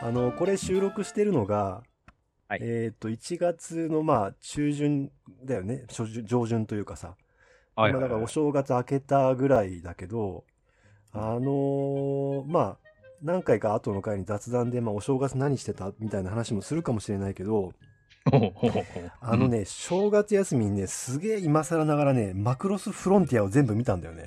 これ収録してるのが、 はい。 1月のまあ中旬だよね。上旬というかさ。 はいはいはい。 今だからお正月明けたぐらいだけど、まあ、何回か後の回に雑談で、まあお正月何してたみたいな話もするかもしれないけど、 ほうほうほうほう。 正月休みにね、すげえ今更ながらね、マクロスフロンティアを全部見たんだよね。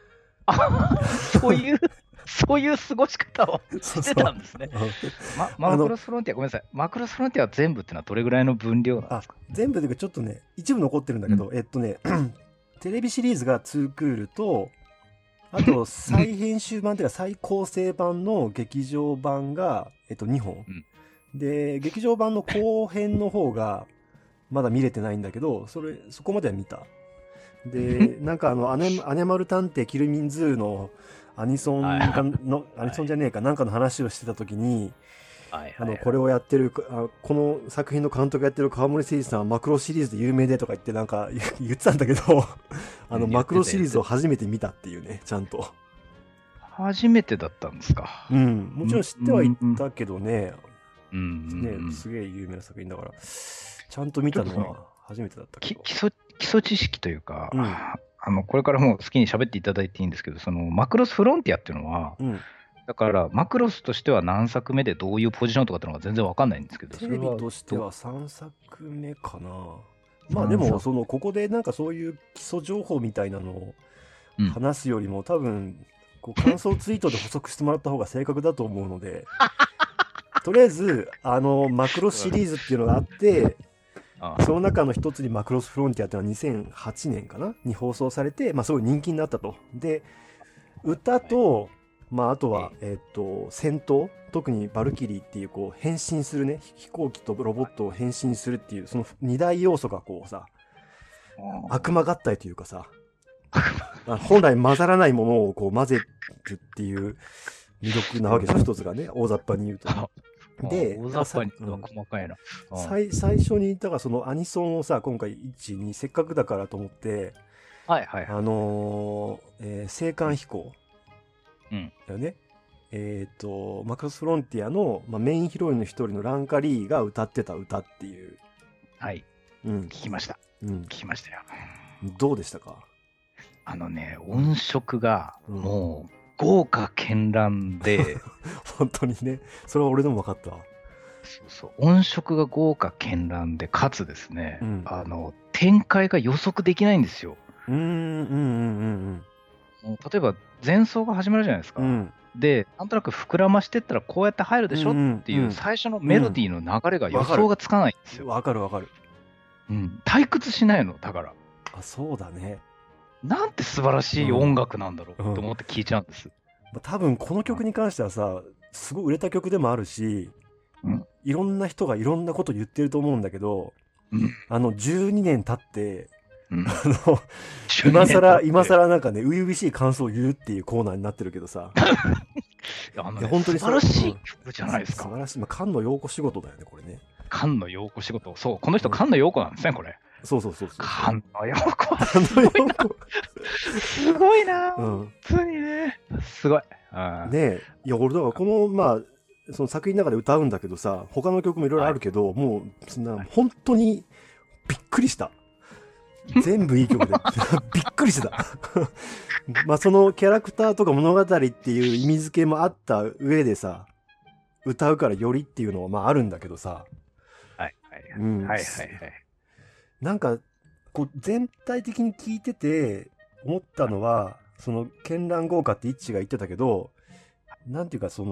そういう過ごし方をしてたんですね。マクロスフロンティア、ごめんなさい。マクロスフロンティア全部ってのはどれぐらいの分量なんですか？ 全部でちょっとね、一部残ってるんだけど、テレビシリーズが2クールと、あと再編集版というか再構成版の劇場版が、2本。で、劇場版の後編の方がまだ見れてないんだけど、そこまでは見た。で、なんかアニマル探偵キルミンズーのアニソンじゃねえか、なんかの話をしてた時に、これをやってる、この作品の監督やってる川森誠司さんはマクロシリーズで有名でとか言ってなんか言ってたんだけど、マクロシリーズを初めて見たっていうね、ちゃんと。 初めてだったんですか。 うん、もちろん知ってはいたけどね、 ね、 すげえ有名な作品だから、ちゃんと見たのは初めてだったけど。 基礎知識というか、これからもう好きに喋っていただいていいんですけど、そのマクロスフロンティアっていうのは、だからマクロスとしては何作目でどういうポジションとかっていうのが全然わかんないんですけど、 テレビとしては3作目かな。まあでもここでなんかそういう基礎情報みたいなのを話すよりも、多分感想ツイートで補足してもらった方が正確だと思うのでとりあえずマクロスシリーズっていうのがあって、その中の一つにマクロスフロンティアっていうのは2008年かなに放送されて、まあすごい人気になったと。で、歌と、まああとは、戦闘、特にバルキリーっていう変身するね、飛行機とロボットを変身するっていう、その二大要素が悪魔合体というかさ、本来混ざらないものを混ぜるっていう魅力なわけですよ、一つがね、大雑把に言うと。で、 大雑把に細かいな。 最初に言ったがそのアニソンをさ、今回1、2せっかくだからと思って、青函飛行だよね。マクロスフロンティアの、メインヒロインの一人のランカリーが歌ってた歌っていう。 はい。聞きました。聞きましたよ。 どうでしたか？ 音色がもう豪華絢爛で、 本当にね、それは俺でも分かったわ。 そう音色が豪華絢爛で、かつですね、展開が予測できないんですよ。例えば前奏が始まるじゃないですか。で、なんとなく膨らましてったらこうやって入るでしょっていう最初のメロディーの流れが予想がつかないんですよ。 わかる。 退屈しないの、だから。 そうだね。 なんて素晴らしい音楽なんだろうと思って聞いちゃうんです。 多分この曲に関してはさ、すごい売れた曲でもあるし、いろんな人がいろんなこと言ってると思うんだけど、12年経って、今更なんかね、初々しい感想を言うっていうコーナーになってるけどさ。 本当に素晴らしい曲じゃないですか。 素晴らしい。菅野陽子仕事だよね、これね。 菅野陽子仕事。そう、この人菅野陽子なんですね、これ。 そう。 菅野陽子はすごいな。すごいな。本当にね。すごい。 ねえ。いや、俺だからこの、その作品の中で歌うんだけどさ、他の曲もいろいろあるけど、もう、本当にびっくりした。全部いい曲で。びっくりしてた。そのキャラクターとか物語っていう意味付けもあった上でさ、歌うからよりっていうのはあるんだけどさ。なんか、全体的に聞いてて思ったのは、その、絢爛豪華ってイッチが言ってたけど、なんていうかす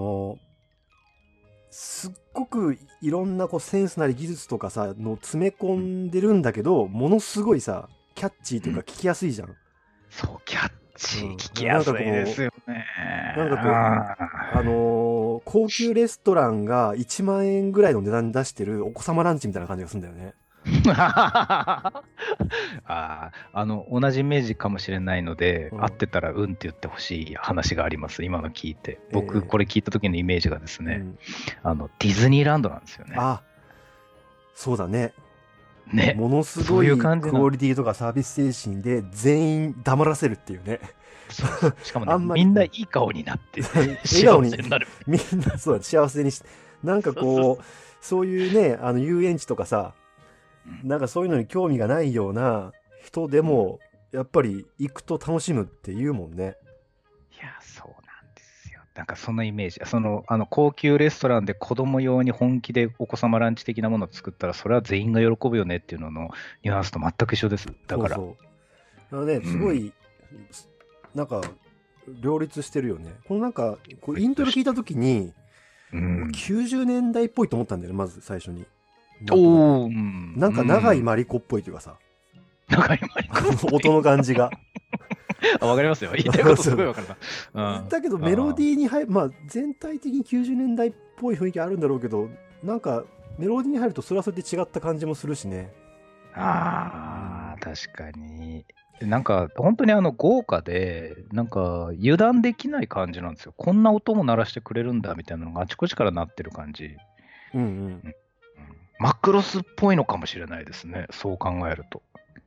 っごくいろんなセンスなり技術とかさ、の詰め込んでるんだけど、ものすごいさ、キャッチーというか聞きやすいじゃん。 そう、キャッチー、聞きやすいですよね。 高級レストランが1万円ぐらいの値段に出してるお子様ランチみたいな感じがするんだよね。 同じイメージかもしれないので、合ってたらって言ってほしい話があります。今の聞いて、僕これ聞いた時のイメージがですね、ディズニーランドなんですよね。 そうだね。ものすごいクオリティとかサービス精神で全員黙らせるっていうね。 しかもね、みんないい顔になって笑顔になる。みんなそうだ、幸せになんかこう、そういうね、遊園地とかさ、なんかそういうのに興味がないような人でも、やっぱり行くと楽しむって言うもんね。 いや、そうなんですよ。なんかそのイメージ。高級レストランで子供用に本気でお子様ランチ的なものを作ったら、それは全員が喜ぶよねっていうののニュアンスと全く一緒です。だから。 そうそう。ね、すごい、なんか、両立してるよね。このなんか、こうイントロ聞いたときに、90年代っぽいと思ったんだよね、まず最初に。なんか長井真理子っぽいというかさ。 長井真理子音の感じが。 わかりますよ。言いたいことすごいわかるな。だけどメロディーに入る、まあ全体的に90年代っぽい雰囲気あるんだろうけど、なんかメロディーに入るとそれはそれで違った感じもするしね。 確かに。なんか本当に豪華で、なんか油断できない感じなんですよ。こんな音も鳴らしてくれるんだみたいなのがあちこちから鳴ってる感じ。マクロスっぽいのかもしれないですね。そう考えると。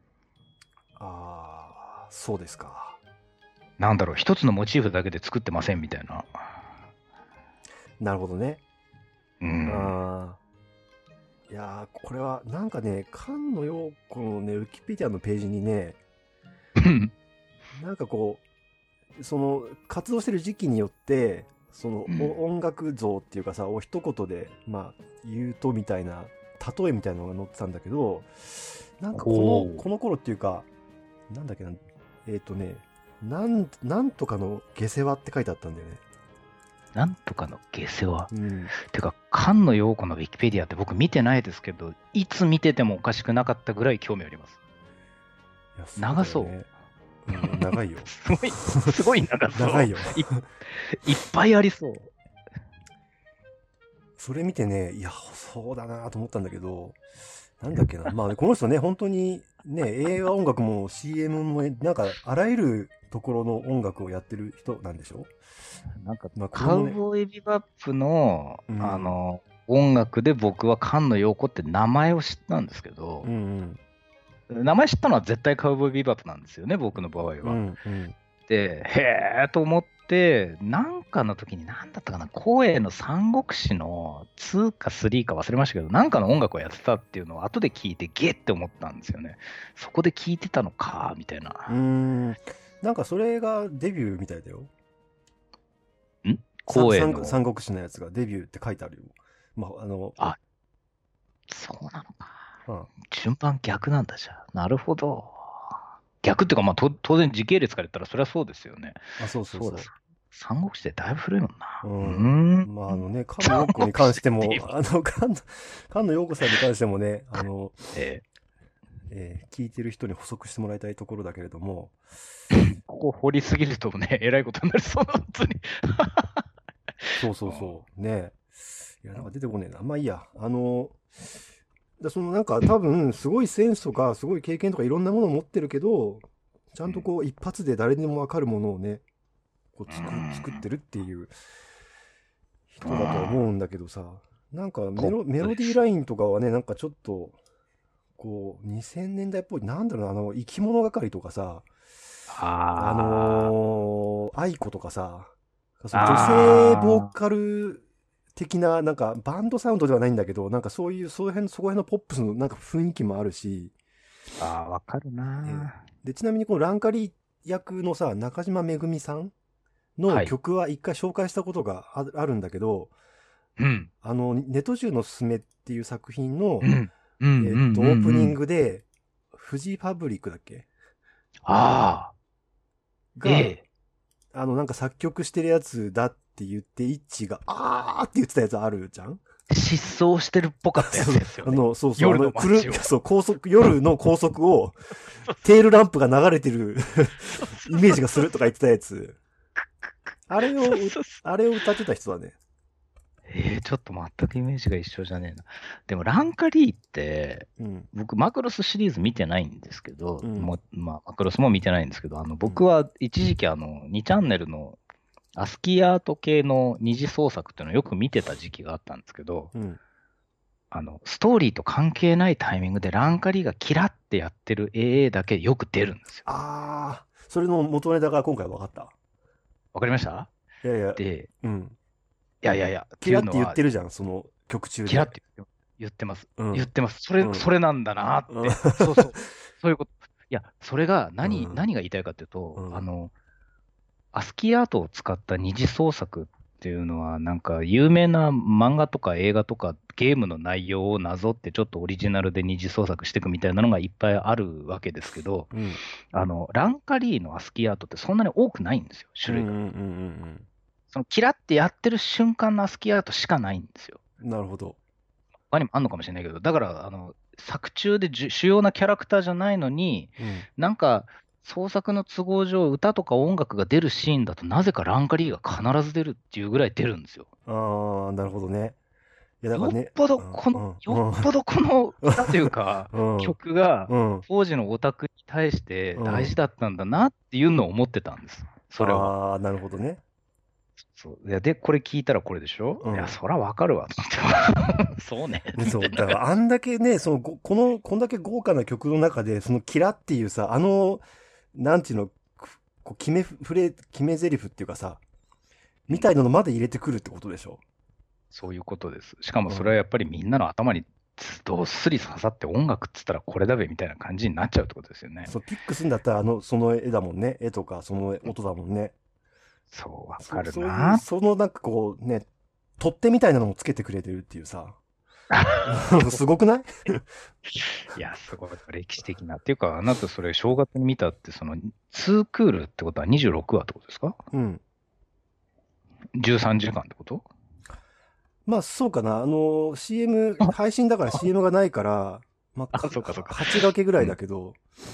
そうですか。 なんだろう、一つのモチーフだけで作ってませんみたいな。 なるほどね。いやー、これはなんかね、菅野陽子のね、ウィキペディアのページにね、なんかこう、その活動してる時期によって、その音楽像っていうかさ、を一言で、まあ、言うとみたいな、例えみたいなのが載ってたんだけど、なんかこの頃っていうか、なんだっけな、なんとかの下世話って書いてあったんだよね。 なんとかの下世話、てか、菅野陽子のウィキペディアって僕見てないですけど、いつ見ててもおかしくなかったぐらい興味あります。長そう。 長いよ。 すごい長そう。 長いよ。 いっぱいありそう。 それ見てね、いや、そうだなと思ったんだけど、なんだっけな。まあ、この人ね、本当にね、映画音楽も CM も、なんか、あらゆるところの音楽をやってる人なんでしょ？ なんか、カウボーイビバップの、音楽で僕は菅野陽子って名前を知ったんですけど、名前知ったのは絶対カウボーイビバップなんですよね、僕の場合は。で、へーと思って、なんかの時に何だったかな、光栄の三国志の2か3か忘れましたけど、なんかの音楽をやってたっていうのを後で聞いてゲーって思ったんですよね。そこで聞いてたのか、みたいな。 なんかそれがデビューみたいだよ。 光栄の三国志のやつがデビューって書いてあるよ。 そうなのか。順番逆なんだじゃあ。なるほど。逆っていうか、まあ、当然時系列から言ったらそれはそうですよね。 そうです。 三国志ってだいぶ古いもんな。 まあ菅野陽子に関しても、菅野陽子さんに関してもね、聞いてる人に補足してもらいたいところだけれども。 ここ掘りすぎるとね、えらいことになりそうな、本当に。 そうね。いや、なんか出てこねえな。まあいいや。なんか多分、すごいセンスとか、すごい経験とかいろんなものを持ってるけど、ちゃんとこう、一発で誰にもわかるものをね、こう作ってるっていう人だと思うんだけどさ、なんかメロディーラインとかはね、なんかちょっと、こう、2000年代っぽい、なんだろうな、生き物係とかさ、愛子とかさ、女性ボーカル的な、なんかバンドサウンドではないんだけど、なんかそこら辺のポップスのなんか雰囲気もあるし。 わかるな。 で、ちなみにこのランカリー役のさ、中島めぐみさんの曲は一回紹介したことがあるんだけど、ネト銃のすすめっていう作品の、オープニングで、フジファブリックだっけ？なんか作曲してるやつだって言って、イッチが、ーって言ってたやつあるじゃん？ 失踪してるっぽかったやつですよね。 夜の街を。夜の高速を、テールランプが流れてるイメージがするとか言ってたやつ。あれを歌ってた人だね。 ちょっと全くイメージが一緒じゃねえな。でも、ランカリーって、僕、マクロスシリーズ見てないんですけど、マクロスも見てないんですけど、僕は一時期2チャンネルのアスキーアート系の二次創作っていうのをよく見てた時期があったんですけど、ストーリーと関係ないタイミングでランカリーがキラってやってる AA だけよく出るんですよ。 それの元ネタが今回分かった。 わかりました？ いや。 で、 やいやいや、 キラって言ってるじゃん、その曲中で。 キラって言ってます。 うん言ってます。それなんだなって。 うん、 そう。そういうこと。いや、それが何が言いたいかっていうと、アスキーアートを使った二次創作っていうのは、なんか有名な漫画とか映画とかゲームの内容をなぞってちょっとオリジナルで二次創作していくみたいなのがいっぱいあるわけですけど、ランカリーのアスキーアートってそんなに多くないんですよ、種類が。そのキラってやってる瞬間のアスキーアートしかないんですよ。 なるほど。 他にもあるのかもしれないけど、だから作中で主要なキャラクターじゃないのに、なんか創作の都合上、歌とか音楽が出るシーンだと、なぜかランカリーが必ず出るっていうぐらい出るんですよ。 ああ、なるほどね。いやだからね、 よっぽどこの歌というか、曲が当時のオタクに対して大事だったんだなっていうのを思ってたんです、それは。 ああ、なるほどね。 そうで、これ聞いたらこれでしょ、いや、そらわかるわと思って。そうね。 そう、だからあんだけね、こんだけ豪華な曲の中で、そのキラっていうさ、なんていうの、こう決め台詞っていうかさ、みたいなのまで入れてくるってことでしょ。 そういうことです。しかもそれはやっぱりみんなの頭にどっすり刺さって音楽っつったらこれだべみたいな感じになっちゃうってことですよね。 そう、ピックすんだったらその絵だもんね。絵とかその音だもんね。 そう、わかるな。 そのなんかこうね、取っ手みたいなのもつけてくれてるっていうさ。すごくないいや、すごい歴史的な。っていうか、あなたそれ正月に見たって、その2クールってことは26話ってことですか？ うん。 13時間ってこと？ まあそうかな。CM、配信だから CM がないから、まあ、 そうか。 8掛けぐらいだけど。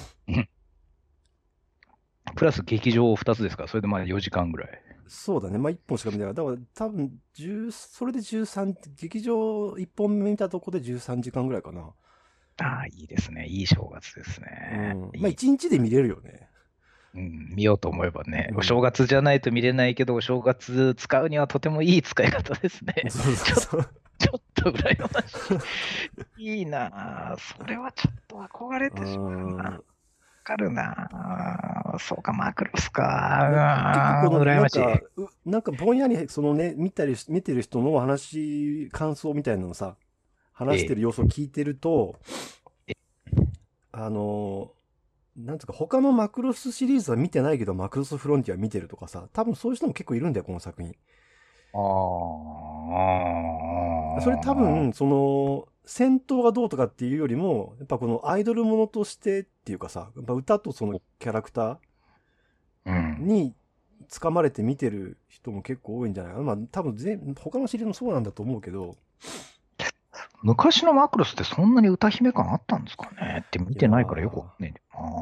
プラス劇場2つですから、それでまあ4時間ぐらい。 そうだね。まあ1本しか見てない。だから多分それで13、劇場1本目見たとこで13時間ぐらいかな。 ああ、いいですね。いい正月ですね。 まあ1日で見れるよね。 見ようと思えばね、お正月じゃないと見れないけど、お正月使うにはとてもいい使い方ですね。ちょっとぐらいの話。いいなぁ。それはちょっと憧れてしまうな。わかるなぁ。そうか、マクロスか。 結構羨ましい。 なんかぼんやり、そのね、見てる人の感想みたいなのさ、話してる様子を聞いてると、なんつうか、他のマクロスシリーズは見てないけど、マクロスフロンティア見てるとかさ、多分そういう人も結構いるんだよ、この作品。それ多分、戦闘がどうとかっていうよりも、やっぱこのアイドルものとしてっていうかさ、やっぱ歌とそのキャラクターに掴まれて見てる人も結構多いんじゃないかな。まあ多分他のシリーズもそうなんだと思うけど。 昔のマクロスってそんなに歌姫感あったんですかねって見てないからよくわかんないんだ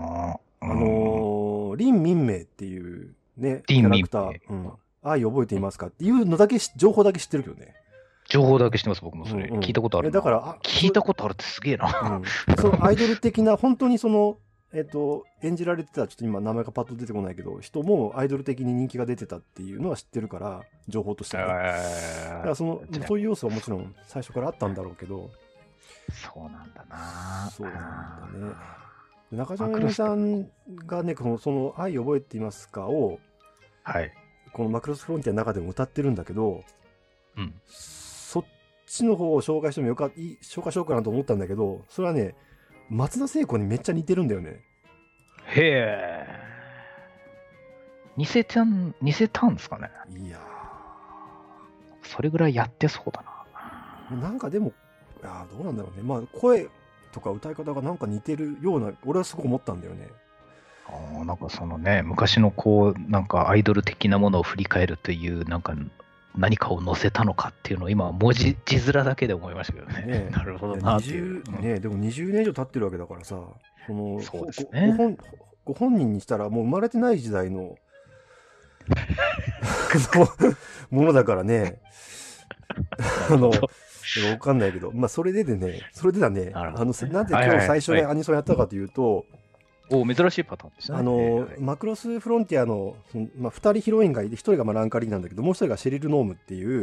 よ。リン・ミンメイっていうね、キャラクター。愛覚えていますかっていうのだけ、情報だけ知ってるけどね。 情報だけ知ってます、僕もそれ。聞いたことある。 だから、 聞いたことあるってすげえな。 そのアイドル的な、本当に演じられてた、ちょっと今名前がパッと出てこないけど、人もアイドル的に人気が出てたっていうのは知ってるから、情報としては、ね。だからそういう要素はもちろん最初からあったんだろうけど。 そうなんだな。 そうなんだね。中島みゆきさんがね、その愛覚えていますかを、 はい。 このマクロスフロンティアの中でも歌ってるんだけど、そっちの方を紹介しても紹介しようかなと思ったんだけど、それはね、松田聖子にめっちゃ似てるんだよね。 へえ。似せたんですかね。 いやー。それぐらいやってそうだな。なんかでも、どうなんだろうね。まあ、声とか歌い方がなんか似てるような、俺はすごく思ったんだよね。 なんかそのね、昔のなんかアイドル的なものを振り返るという、なんか何かを載せたのかっていうのを今、字面だけで思いましたけどね。なるほどなっていう。 ね、でも20年以上経ってるわけだからさ、 そうですね。 ご本人にしたらもう生まれてない時代のものだからね。わかんないけど、まあそれでだね、なんで今日最初にアニソンやったかというと、 珍しいパターンですね。 マクロスフロンティアの、2人ヒロインがいて、1人がランカリーなんだけど、もう1人がシェリル・ノームっていう、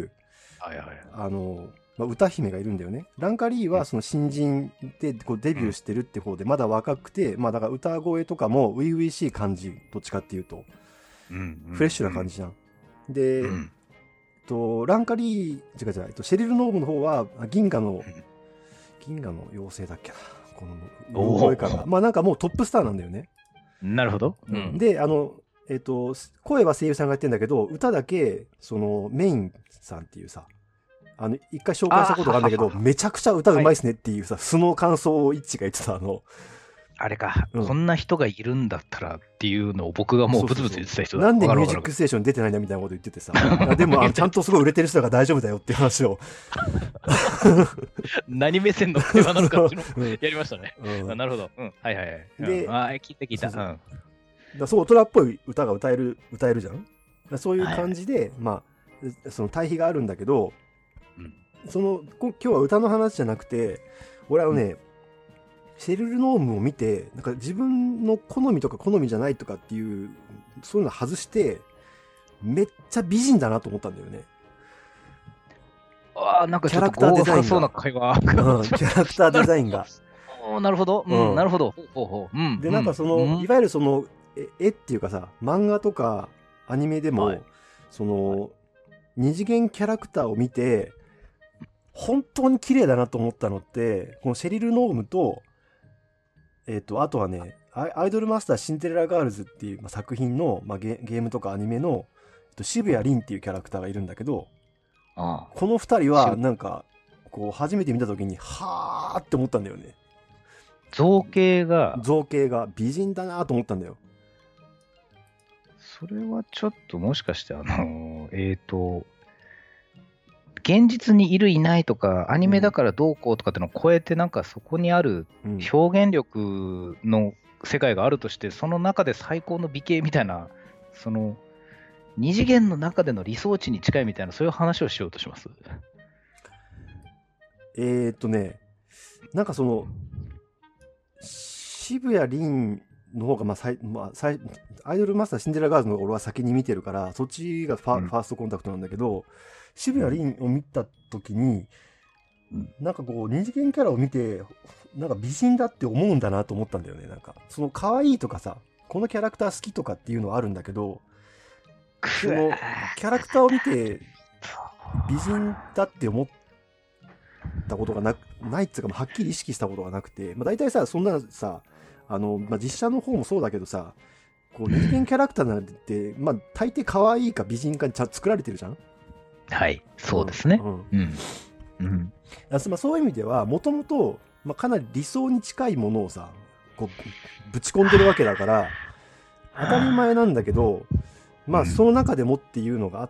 歌姫がいるんだよね。ランカリーはその新人でこうデビューしてるって方で、まだ若くて、まあだから歌声とかも初々しい感じ、どっちかっていうと、フレッシュな感じじゃん。で、 ランカリー、違う違う、シェリル・ノームの方は、銀河の妖精だっけな。この、覚えから。まあなんかもうトップスターなんだよね。 なるほど。 で、声は声優さんがやってんだけど、歌だけ、メインさんっていうさ、一回紹介したことがあるんだけど、めちゃくちゃ歌うまいっすねっていうさ、素の感想を一致が言ってたあれか、こんな人がいるんだったらっていうのを僕がもうブツブツ言ってた人だ。 なんでミュージックステーション出てないんだみたいなこと言っててさ、でもちゃんとすごい売れてる人だから大丈夫だよっていう話を。 何目線の会話なのかっていうのをやりましたね。なるほど。はいはいはい。で、聞いた。 そう、大人っぽい歌が歌えるじゃん。そういう感じで、まあ、その対比があるんだけど、今日は歌の話じゃなくて、俺はね、シェルル・ノームを見て、なんか自分の好みとか好みじゃないとかっていう、そういうの外して、めっちゃ美人だなと思ったんだよね。 なんかちょっと豪華そうな会話。 キャラクターデザインが。 なるほど。なるほど。 で、なんかいわゆる絵っていうかさ、漫画とかアニメでも、二次元キャラクターを見て、本当に綺麗だなと思ったのって、このシェリル・ノームと、あとはね、アイドルマスターシンデレラガールズっていう、作品の、ゲームとかアニメの、渋谷凛っていうキャラクターがいるんだけど、この二人は、なんか、こう、初めて見たときに、はーって思ったんだよね。 造形が美人だなと思ったんだよ。 それはちょっともしかして現実にいるいないとかアニメだからどうこうとかってのを超えて、なんかそこにある表現力の世界があるとして、その中で最高の美形みたいな、その二次元の中での理想値に近いみたいな、そういう話をしようとします。 なんか渋谷凛の方が、アイドルマスターシンデレラガールズの俺は先に見てるから、そっちがファーストコンタクトなんだけど、渋谷凛を見た時に、なんかこう二次元キャラを見て、なんか美人だって思うんだなと思ったんだよね。なんか可愛いとかさ、このキャラクター好きとかっていうのはあるんだけど、キャラクターを見て美人だって思ったことがないっつうか、はっきり意識したことがなくて、大体さ、そんなさ、実写の方もそうだけどさ、こう二次元キャラクターなんて、大抵可愛いか美人かに作られてるじゃん。 はい、そうですね。 そういう意味では、もともとかなり理想に近いものをさ、こうぶち込んでるわけだから、当たり前なんだけど、その中でもっていうのがあって、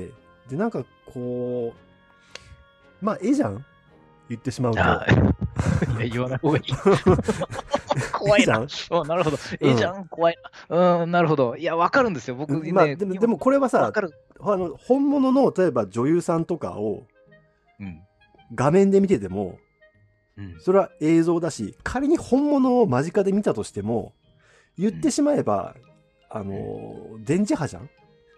で、なんかこう、絵じゃん言ってしまうと。 いや、言わない方がいい。怖いな。なるほど。じゃん怖いな。なるほど。いや、わかるんですよ。僕ね。 でもこれはさ、本物の例えば女優さんとかを画面で見てても、それは映像だし、仮に本物を間近で見たとしても、言ってしまえば、電磁波じゃん。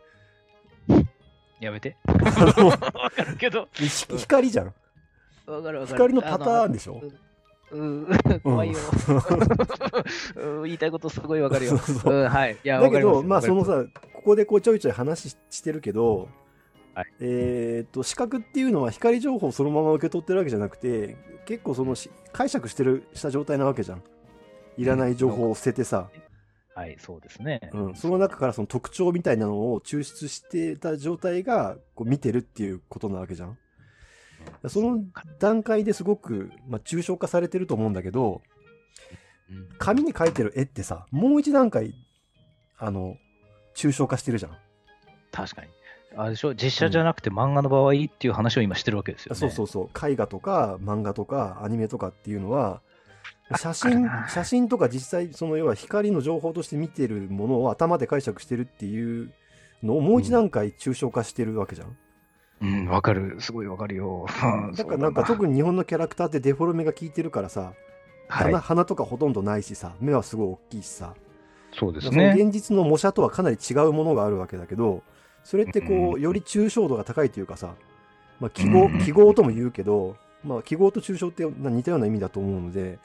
やめて。わかるけど。 光じゃん。 わかる。 光のパターンでしょ。 怖いよ。言いたいことすごいわかるよ。はい。 だけど、ここでこうちょいちょい話してるけど、視覚っていうのは光情報をそのまま受け取ってるわけじゃなくて、結構解釈した状態なわけじゃん。いらない情報を捨ててさ。 はい、そうですね。 その中からその特徴みたいなのを抽出してた状態がこう見てるっていうことなわけじゃん。その段階ですごく、抽象化されてると思うんだけど、紙に描いてる絵ってさ、もう一段階抽象化してるじゃん。 確かに。あれでしょ、実写じゃなくて漫画の場合っていう話を今してるわけですよね。 そう。絵画とか漫画とかアニメとかっていうのは、写真とか実際要は光の情報として見てるものを頭で解釈してるっていうのをもう一段階抽象化してるわけじゃん。 わかる。すごいわかるよ。 だからなんか特に日本のキャラクターってデフォルメが効いてるからさ、鼻とかほとんどないしさ、目はすごい大きいしさ。 そうですね。 現実の模写とはかなり違うものがあるわけだけど、それってこう、より抽象度が高いというかさ、記号とも言うけど、記号と抽象って似たような意味だと思うので、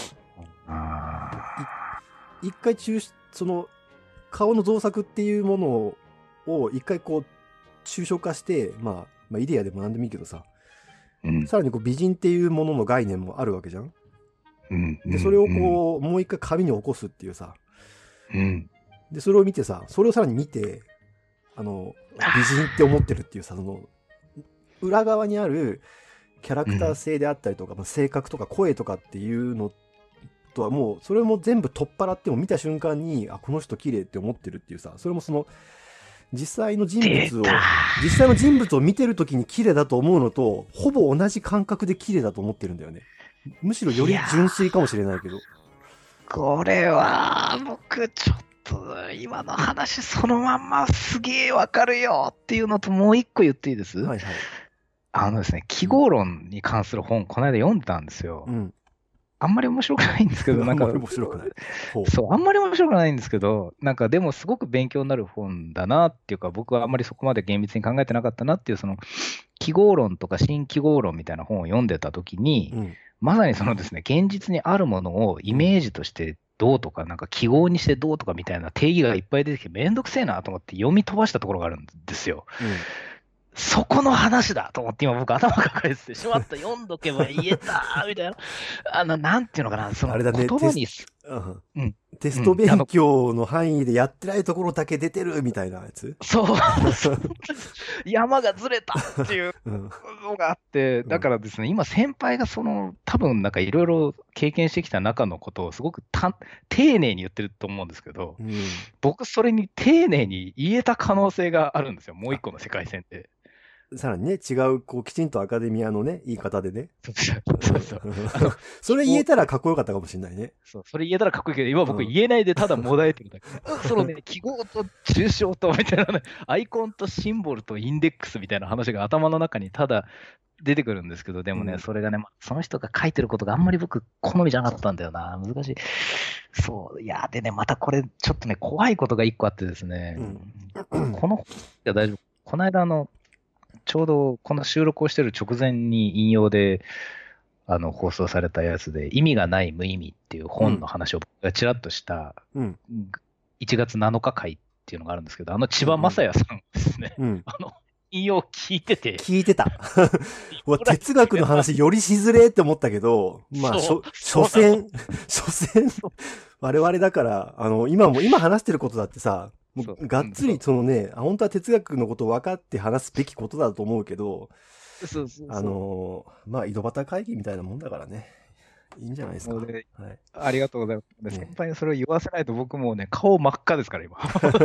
一回顔の造作っていうものを一回こう抽象化して、イデアでも何でもいいけどさ、 うん、 さらにこう美人っていうものの概念もあるわけじゃん。 うん、 で、それをこう、もう一回紙に起こすっていうさ、 うん、 で、それを見てさ、それをさらに見て、美人って思ってるっていうさ、その、裏側にあるキャラクター性であったりとか、性格とか声とかっていうのとはもう、それも全部取っ払っても見た瞬間に、あ、この人綺麗って思ってるっていうさ、それもその、実際の人物を見てるときに綺麗だと思うのと、ほぼ同じ感覚で綺麗だと思ってるんだよね。むしろより純粋かもしれないけど。 これは、僕、ちょっと、今の話そのまんますげえわかるよっていうのと、もう一個言っていいです？ はいはい。 ですね、記号論に関する本、この間読んでたんですよ。 うん。 あんまり面白くないんですけど、なんか、 あんまり面白くない。 そう、あんまり面白くないんですけど、なんかでもすごく勉強になる本だなっていうか、僕はあんまりそこまで厳密に考えてなかったなっていう、その、記号論とか新記号論みたいな本を読んでたときに、まさにそのですね、現実にあるものをイメージとしてどうとか、なんか記号にしてどうとかみたいな定義がいっぱい出てきて、めんどくせえなと思って読み飛ばしたところがあるんですよ。そこの話だと思って今僕頭抱えててしまった、読んどけば言えたみたいな。なんていうのかな、その言葉に、 テスト勉強の範囲でやってないところだけ出てるみたいなやつ。 そう。山がずれたっていうのがあって、だからですね、今先輩がその、多分なんかいろいろ経験してきた中のことをすごく丁寧に言ってると思うんですけど、僕それに丁寧に言えた可能性があるんですよ、もう一個の世界線で。 さらにね、違う、こう、きちんとアカデミアのね、言い方でね。それ言えたらかっこよかったかもしれないね。 そう、それ言えたらかっこいいけど、今僕言えないでただもだえてるだけ。そのね、記号と抽象とみたいなね、アイコンとシンボルとインデックスみたいな話が頭の中にただ出てくるんですけど、でもね、それがね、その人が書いてることがあんまり僕、好みじゃなかったんだよな。難しい。そう。いや、でね、またこれ、ちょっとね、怖いことが一個あってですね、この、いや、大丈夫。この間、ちょうどこの収録をしてる直前に引用で、放送されたやつで、意味がない無意味っていう本の話を僕がちらっとした、1月7日会っていうのがあるんですけど、千葉雅也さんですね、引用聞いてて。 聞いてた。哲学の話よりしづれって思ったけど、所詮、我々だから、今話してることだってさ、がっつりそのね、本当は哲学のことを分かって話すべきことだと思うけど、井戸端会議みたいなもんだからね。いいんじゃないですか。 ありがとうございます。先輩にそれを言わせないと僕もね、顔真っ赤ですから、今。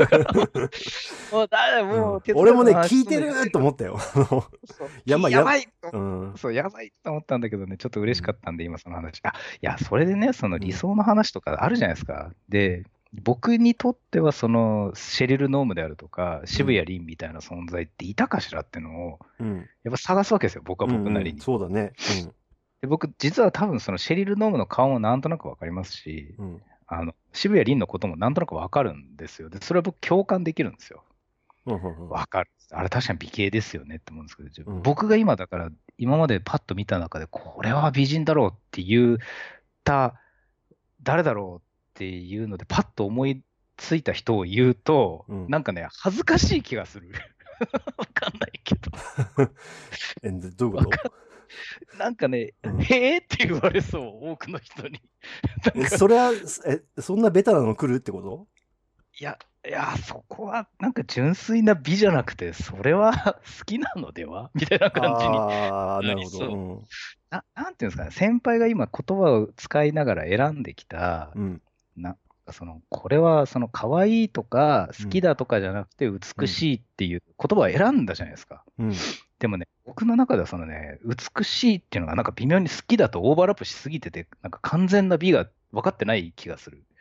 俺もね、聞いてると思ったよ。 やばいそう、やばいと思ったんだけどね、ちょっと嬉しかったんで、今その話。いや、それでね、その理想の話とかあるじゃないですか。で、僕にとってはそのシェリル・ノームであるとか渋谷凛みたいな存在っていたかしらっていうのをやっぱ探すわけですよ、僕は僕なりに。 そうだね。 で僕実は多分そのシェリル・ノームの顔もなんとなくわかりますし、渋谷凛のこともなんとなくわかるんですよ。でそれは僕共感できるんですよ。わかる。あれ確かに美形ですよねって思うんですけど、僕が今だから今までパッと見た中でこれは美人だろうって言った誰だろうっていうので、パッと思いついた人を言うと、なんかね、恥ずかしい気がする。わかんないけど。 どういうことなんかね、へえって言われそう、多くの人に。 それは、そんなベタなの来るってこと？ いや、そこは、なんか純粋な美じゃなくて、それは好きなのではみたいな感じに。 ああ、なるほど。 なんていうんですかね、先輩が今言葉を使いながら選んできた、これはその可愛いとか好きだとかじゃなくて美しいっていう言葉を選んだじゃないですか。でもね、僕の中ではそのね、美しいっていうのがなんか微妙に好きだとオーバーラップしすぎてて、なんか完全な美が分かってない気がする。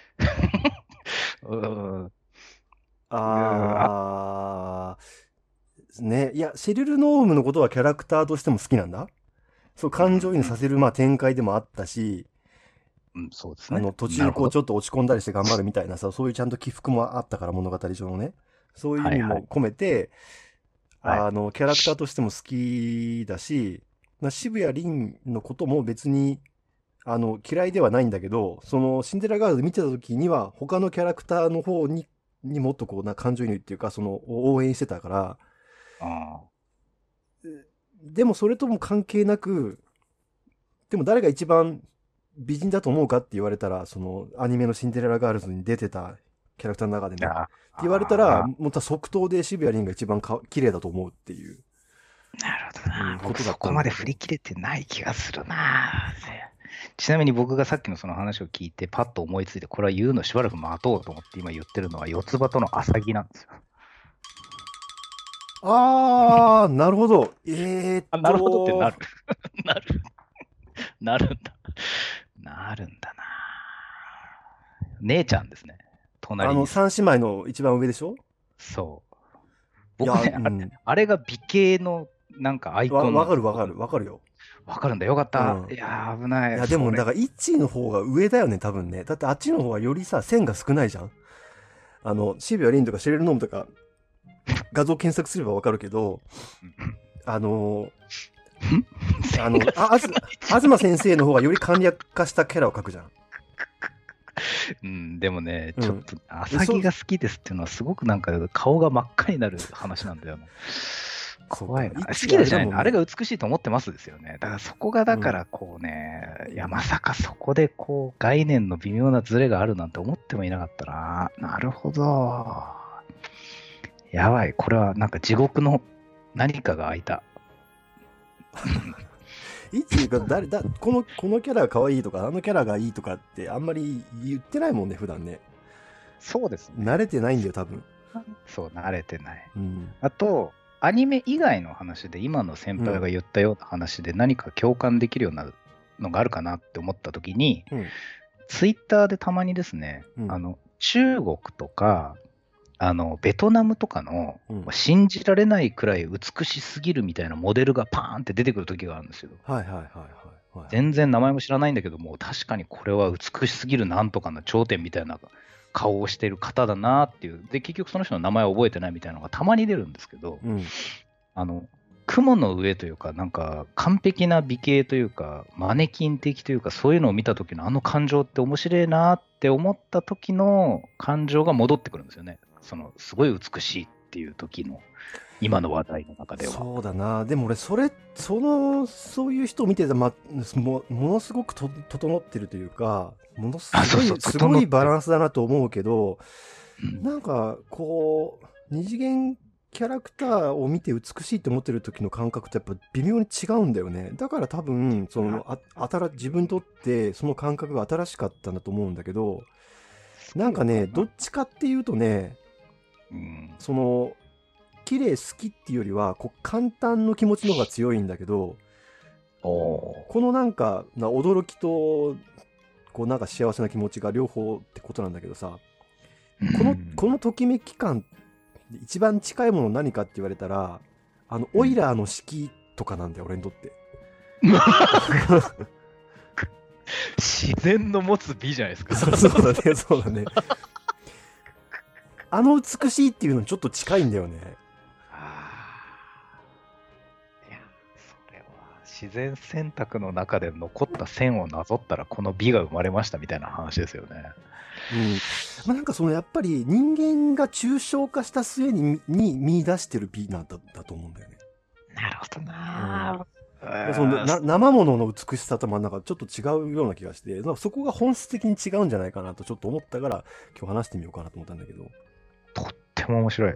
ね、いや、シェリル・ノームのことはキャラクターとしても好きなんだ。そう、感情移入させる、展開でもあったし、 そうですね。 途中こうちょっと落ち込んだりして頑張るみたいなさ、そういうちゃんと起伏もあったから物語上のね、そういう意味も込めて、キャラクターとしても好きだし、渋谷凛のことも別に、嫌いではないんだけど、そのシンデレラガールズ見てた時には、他のキャラクターの方にもっとこう感情移入っていうか、応援してたから、 あでもそれとも関係なく、でも誰が一番美人だと思うかって言われたら、そのアニメのシンデレラガールズに出てたキャラクターの中でね、って言われたら、もう即答で渋谷凛が一番綺麗だと思うっていう。 なるほどな。僕そこまで振り切れてない気がするな。ちなみに僕がさっきのその話を聞いてパッと思いついて、これは言うのしばらく待とうと思って今言ってるのは四つ葉とのアサギなんですよ。 あー、なるほど。 なるほどってなる。なるんだ。なるんだな。姉ちゃんですね。隣に。 三姉妹の一番上でしょ？ そう。僕ね、あれが美形のなんかアイコン。 わかるよ。 わかるんだ。よかった。いや、危ない。 いや、でも、だから、イッチーの方が上だよね、多分ね。だって、あっちの方がよりさ、線が少ないじゃん。渋谷凛とかシェレルノームとか、画像検索すればわかるけど、東先生の方がより簡略化したキャラを描くじゃん。 うん、でもね、ちょっと、アサギが好きですっていうのは、すごくなんか、顔が真っ赤になる話なんだよね。怖いな。好きでじゃないの、あれが美しいと思ってますですよね。だからそこが、だからこうね、いや、まさかそこでこう、概念の微妙なズレがあるなんて思ってもいなかったな。なるほど。やばい。これはなんか地獄の何かが開いた。 いつかこのキャラが可愛いとか、あのキャラがいいとかってあんまり言ってないもんね、普段ね。 そうですね。 慣れてないんだよ、多分。 そう、慣れてない。 うん、 あと、アニメ以外の話で、今の先輩が言ったような話で何か共感できるようなのがあるかなって思ったときに、ツイッターでたまにですね、中国とか、ベトナムとかの、信じられないくらい美しすぎるみたいなモデルがパーンって出てくる時があるんですよ。全然名前も知らないんだけども、確かにこれは美しすぎるなんとかの頂点みたいな顔をしている方だなっていう。で、結局その人の名前を覚えてないみたいなのがたまに出るんですけど、雲の上というか、なんか完璧な美形というか、マネキン的というか、そういうのを見た時のあの感情って面白いなって思った時の感情が戻ってくるんですよね。そのすごい美しいっていう時の今の話題の中では。 そうだな。でも俺そういう人を見てたものすごく整ってるというか、ものすごいバランスだなと思うけど、なんかこう二次元キャラクターを見て美しいって思ってる時の感覚ってやっぱ微妙に違うんだよね。だから多分自分にとってその感覚が新しかったんだと思うんだけど、なんかね、どっちかっていうとね、その綺麗好きっていうよりは簡単の気持ちの方が強いんだけど、このなんか驚きとなんか幸せな気持ちが両方ってことなんだけどさ、このときめき感一番近いもの何かって言われたら、オイラーの式とかなんだよ、俺にとって。 自然の持つ美じゃないですか。 そうだね。美しいっていうのにちょっと近いんだよね。 いや、それは自然選択の中で残った線をなぞったらこの美が生まれましたみたいな話ですよね。 なんかやっぱり人間が抽象化した末に見出してる美なんだと思うんだよね。 なるほどな。 生ものの美しさともなんかちょっと違うような気がして、そこが本質的に違うんじゃないかなとちょっと思ったから今日話してみようかなと思ったんだけど。 とっても面白い。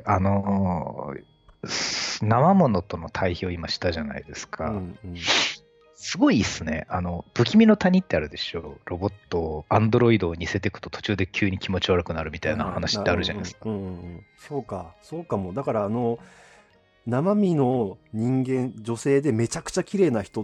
生ものとの対比を今したじゃないですか。すごいいいっすね。不気味の谷ってあるでしょ。ロボット、アンドロイドを似せていくと途中で急に気持ち悪くなるみたいな話ってあるじゃないですか。 そうかも。だから生身の人間、女性でめちゃくちゃ綺麗な人って、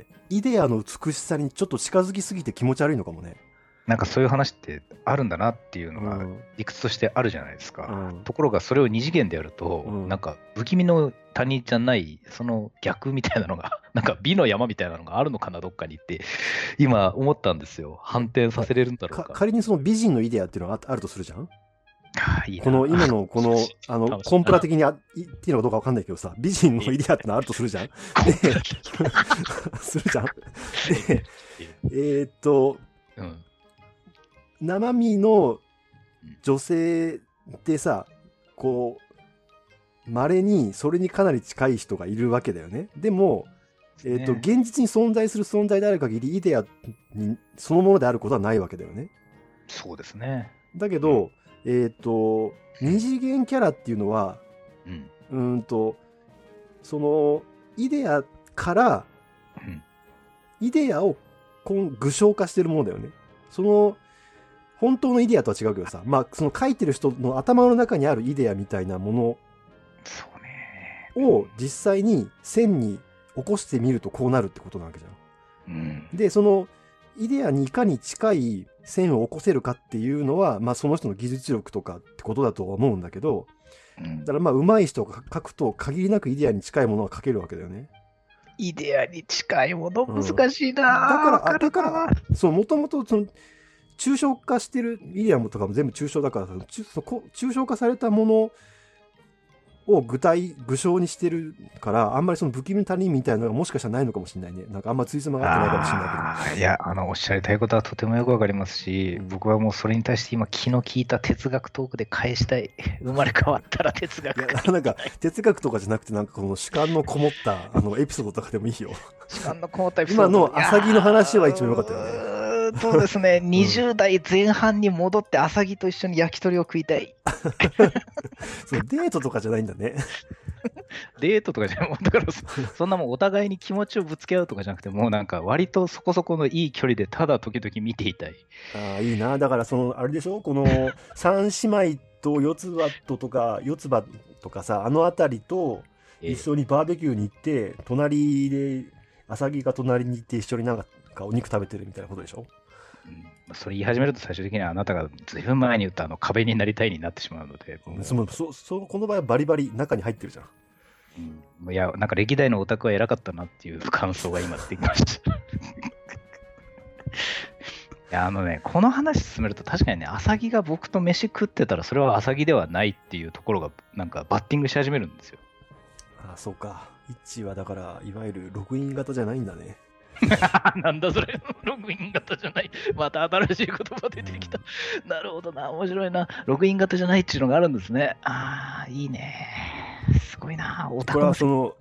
イデアの美しさにちょっと近づきすぎて気持ち悪いのかもね。 なんかそういう話ってあるんだなっていうのが理屈としてあるじゃないですか。ところがそれを二次元でやると、なんか不気味の谷じゃないその逆みたいなのがなんか美の山みたいなのがあるのかなどっかにって今思ったんですよ。反転させれるんだろうか。 仮にその美人のイデアっていうのがあるとするじゃん。この今のコンプラ的に言っていいのかどうかわかんないけどさ、美人のイデアってのあるとするじゃん。するじゃん。で、生身の女性ってさ、 稀にそれにかなり近い人がいるわけだよね。でも、現実に存在する存在である限り、イデアにそのものであることはないわけだよね。 そうですね。 だけど、二次元キャラっていうのは、その、イデアから、イデアを具象化してるものだよね。その、本当のイデアとは違うけどさ、まあ、その書いてる人の頭の中にあるイデアみたいなものを実際に線に起こしてみるとこうなるってことなわけじゃん。で、そのイデアにいかに近い線を起こせるかっていうのは、まあその人の技術力とかってことだとは思うんだけど、だからまあ上手い人が書くと限りなくイデアに近いものは書けるわけだよね。 イデアに近いもの難しいな、 だからそう、もともとその抽象化してるイデアとかも全部抽象だから、抽象化されたものを具象にしてるから、あんまりその不気味な他人みたいなのがもしかしたらないのかもしれないね。なんかあんまついつまがってないかもしれないけど。 いや、おっしゃりたいことはとてもよくわかりますし、僕はもうそれに対して今気の利いた哲学トークで返したい。生まれ変わったら哲学。 いや、なんか哲学とかじゃなくて、なんかこの主観のこもったエピソードとかでもいいよ。 主観のこもったエピソード。 今の浅木の話は一番良かったよね。 そうですね、20代前半に戻って浅木と一緒に焼き鳥を食いたい。 そうデートとかじゃないんだね。 デートとかじゃない、だからそんなもんお互いに気持ちをぶつけ合うとかじゃなくて、もうなんか割とそこそこのいい距離でただ時々見ていたい。 ああ、いいな。だからあれでしょ、この三姉妹と四つ葉とかさ、あの辺りと一緒にバーベキューに行って、隣で浅木が隣に行って一緒になんかお肉食べてるみたいなことでしょ。 それ言い始めると最終的にはあなたがずいぶん前に言った壁になりたいになってしまうので、この場合はバリバリ中に入ってるじゃん。 いや、なんか歴代のオタクは偉かったなっていう感想が今出てきましたいや、この話進めると確かにね、浅木が僕と飯食ってたらそれは浅木ではないっていうところがなんかバッティングし始めるんですよ。 ああ、そうか。イッチはだからいわゆるログイン型じゃないんだね。 なんだそれ、ログイン型じゃない。また新しい言葉出てきた。なるほどな、面白いな。ログイン型じゃないっていうのがあるんですね。ああ、いいね。すごいな。 これはそう、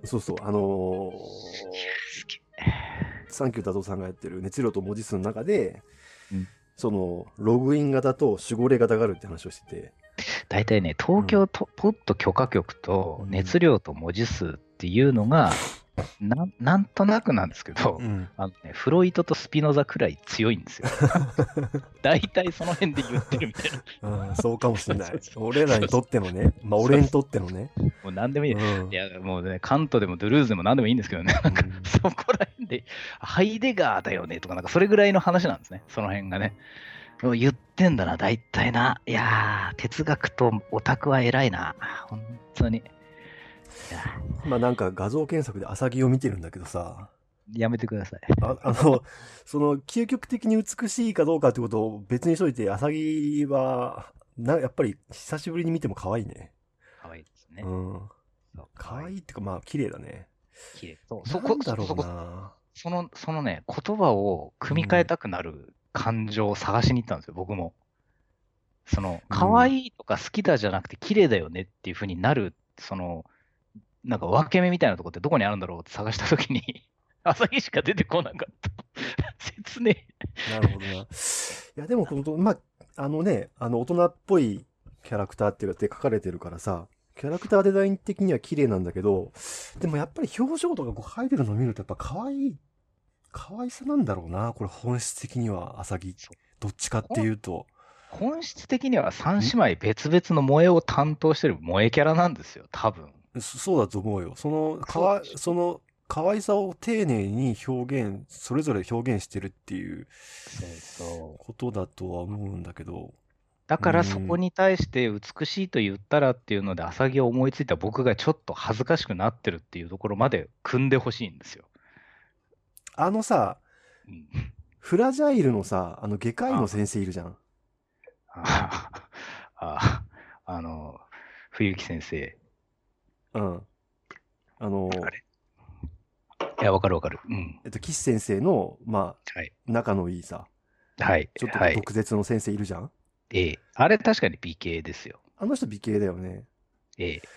サンキューダゾウさんがやってる熱量と文字数の中で、そのログイン型と守護霊型があるって話をしてて、 大体ね、東京ポッド許可局と熱量と文字数っていうのが、なんとなくなんですけど、フロイトとスピノザくらい強いんですよ。大体その辺で言ってるみたいな。そうかもしれない。俺らにとってのね、まあ俺にとってのね。 もう何でもいい。いや、もうね、カントでもドゥルーズでも何でもいいんですけどね、なんかそこら辺で、ハイデガーだよねとか、なんかそれぐらいの話なんですね、その辺がね。言ってんだな、大体な。いやー、哲学とオタクは偉いな。本当に。 まあなんか画像検索で浅木を見てるんだけどさ。 やめてください。 その究極的に美しいかどうかってことを別にしといて、浅木は、やっぱり久しぶりに見ても可愛いね。 可愛いですね。 可愛いっていうかまあ綺麗だね。 綺麗。 そこだろうな。 そのね、言葉を組み替えたくなる感情を探しに行ったんですよ、僕も。可愛いとか好きだじゃなくて綺麗だよねっていう風になる、なんか分け目みたいなところってどこにあるんだろうって探したときに、朝日しか出てこなかった。切ねえ。なるほどな。いや、でも、まあ、大人っぽいキャラクターっていうかって書かれてるからさ、キャラクターデザイン的には綺麗なんだけど、でもやっぱり表情とかこう描いてるのを見るとやっぱ可愛さなんだろうな。これ本質的には浅木。どっちかっていうと。 本質的には三姉妹別々の萌えを担当してる萌えキャラなんですよ、多分。 そうだと思うよ。その可愛さを丁寧にそれぞれ表現してるっていうことだとは思うんだけど。 だからそこに対して美しいと言ったらっていうので、浅木を思いついた僕がちょっと恥ずかしくなってるっていうところまで組んでほしいんですよ。 フラジャイルのさ、外科医の先生いるじゃん。 冬木先生。 うん。 あれいや、わかる。 岸先生の、まあ、仲のいいさ。 はい。 ちょっと毒舌の先生いるじゃん。 あれ確かに美形ですよ。 あの人美形だよね。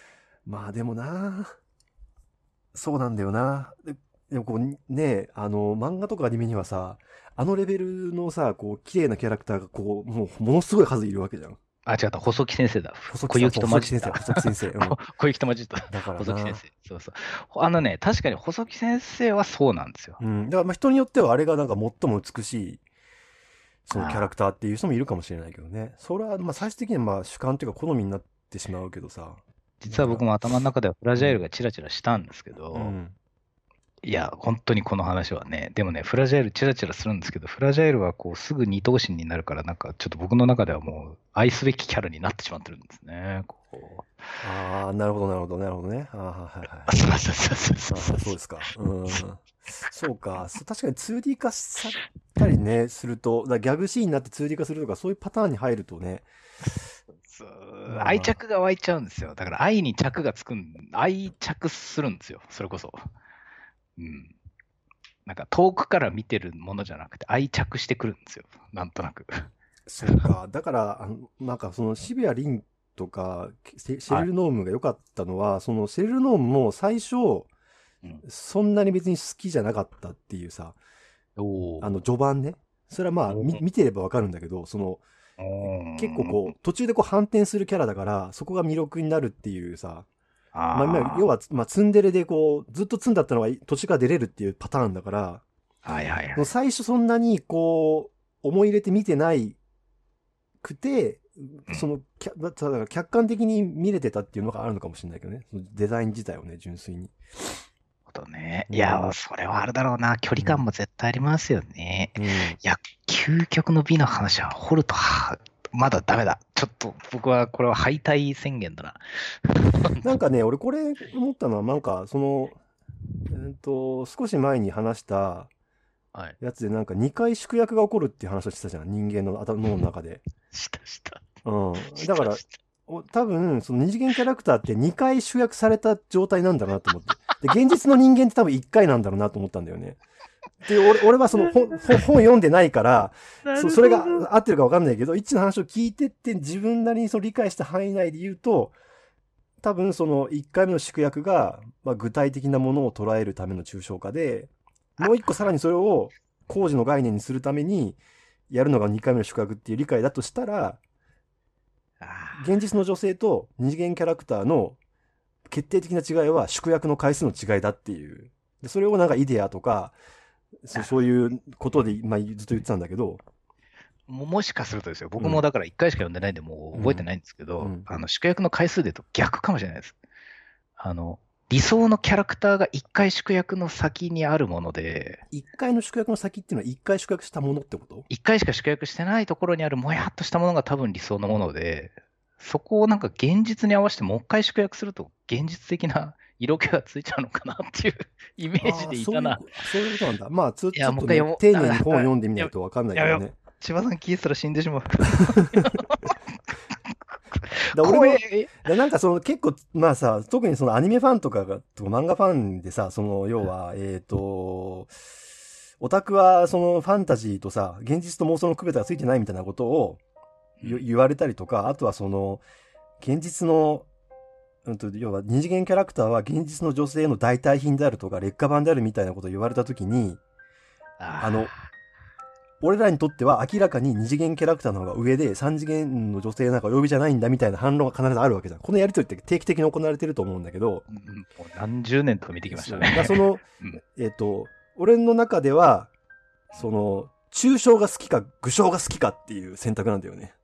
まあでもな、そうなんだよな。でもこうね、漫画とかアニメにはさ、あのレベルのさ、こう、綺麗なキャラクターがこう、もう、ものすごい数いるわけじゃん。 あ、違った、細木先生だ。 細木小雪と混じった。 細木先生。うん、 小雪と混じった。 だから細木先な。 生。そうそう。確かに細木先生はそうなんですよ。 うん。だからまあ人によってはあれがなんか最も美しい、そのキャラクターっていう人もいるかもしれないけどね。それはまあ最終的にはまあ主観っていうか好みになってしまうけどさ。 実は僕も頭の中ではフラジャイルがチラチラしたんですけど、 うん、 いや、本当にこの話はね、でもね、フラジャイルチラチラするんですけど、フラジャイルはこうすぐ二頭身になるから、なんかちょっと僕の中ではもう愛すべきキャラになってしまってるんですね。 ああ、なるほど、なるほど、なるほどね。ああ、はいはい。そうですか。うん。そうか。確かに 2D 化されたりね、すると、ギャグシーンになって 2D 化するとか、そういうパターンに入るとね。 愛着が湧いちゃうんですよ。だから愛に着がつく愛着するんですよ。それこそ。うん。なんか遠くから見てるものじゃなくて愛着してくるんですよ。なんとなく。 そうか。だから、なんかその渋谷凛とか、シェリル・ノームが良かったのは、そのシェリル・ノームも最初、そんなに別に好きじゃなかったっていうさ、序盤ね。それはまあ、見てればわかるんだけど、結構こう、途中でこう反転するキャラだから、そこが魅力になるっていうさ、まあ、要は、まあ、ツンデレでこう、ずっとツンだったのが途中から出れるっていうパターンだから、最初そんなにこう、思い入れて見てないくて、だから客観的に見れてたっていうのがあるのかもしれないけどね。そのデザイン自体をね、純粋に。 いや、それはあるだろうな。距離感も絶対ありますよね。いや、究極の美の話は掘ると、まだダメだ。ちょっと僕はこれは敗退宣言だな。 なんかね、俺これ思ったのは、なんか少し前に話したやつで、なんか2回縮約が起こるっていう話をしてたじゃん。人間の脳の中で。 した。 うん。だから、多分、その二次元キャラクターって2回集約された状態なんだろうなと思って。で、現実の人間って多分1回なんだろうなと思ったんだよね。で、俺はその本読んでないから、それが合ってるか分かんないけど、一致の話を聞いてって自分なりにその理解した範囲内で言うと、多分その1回目の縮約が、まあ、具体的なものを捉えるための抽象化で、もう一個さらにそれを工事の概念にするためにやるのが2回目の縮約っていう理解だとしたら、現実の女性と二次元キャラクターの決定的な違いは縮約の回数の違いだっていう。でそれをなんかイデアとか、そういうことで、まあ、ずっと言ってたんだけど。 もしかするとですよ、僕もだから1回しか読んでないんで、もう覚えてないんですけど、縮約の回数で言うと逆かもしれないです。理想のキャラクターが1回縮約の先にあるもので、 1回の縮約の先っていうのは1回縮約したものってこと？ 1 回しか縮約してないところにあるもやっとしたものが多分理想のもので、そこをなんか現実に合わせてもう一回縮約すると現実的な色気がついちゃうのかなっていうイメージでいたな。 そういうことなんだ。まあ、ちょっと、ね、丁寧に本を読んでみないと分かんないけどね。 千葉さん聞いてたら死んでしまう。 俺もなんか結構、まあさ、特にそのアニメファンとか漫画ファンでさ、要は、オタクはそのファンタジーとさ、現実と妄想の区別がついてないみたいなことを言われたりとか、あとは現実の、要は二次元キャラクターは現実の女性の代替品であるとか、劣化版であるみたいなことを言われたときに、俺らにとっては明らかに二次元キャラクターの方が上で三次元の女性なんかお呼びじゃないんだみたいな反論が必ずあるわけじゃん。このやりとりって定期的に行われてると思うんだけど。もう何十年とか見てきましたね。 俺の中では、抽象が好きか具象が好きかっていう選択なんだよね。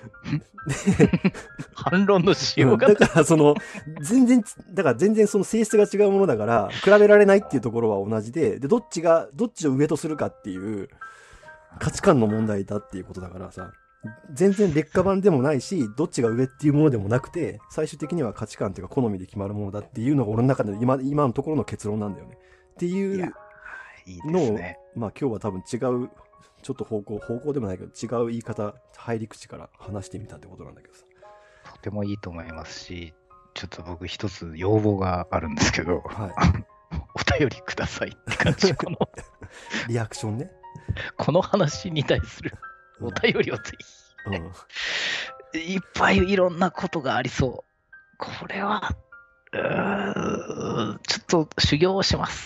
反論のしようがだから全然その性質が違うものだから、比べられないっていうところは同じで、どっちを上とするかっていう価値観の問題だっていうことだからさ、全然劣化版でもないし、どっちが上っていうものでもなくて、最終的には価値観っていうか好みで決まるものだっていうのが俺の中で今のところの結論なんだよね。っていうのを、まあ今日は多分違う、ちょっと方向でもないけど、違う言い方、入り口から話してみたってことなんだけどさ。 とてもいいと思いますし、ちょっと僕一つ要望があるんですけど、お便りくださいって感じ。 リアクションね。 この話に対するお便りをぜひ、いっぱいいろんなことがありそう。これはちょっと修行をします。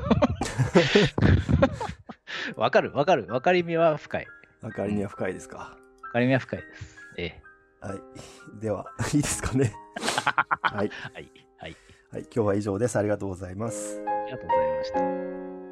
わかりみは深い。 わかりみは深いですか。 わかりみは深いです。 はい。では、いいですかね。はい。 はい。 はい。今日は以上です。ありがとうございます。 ありがとうございました。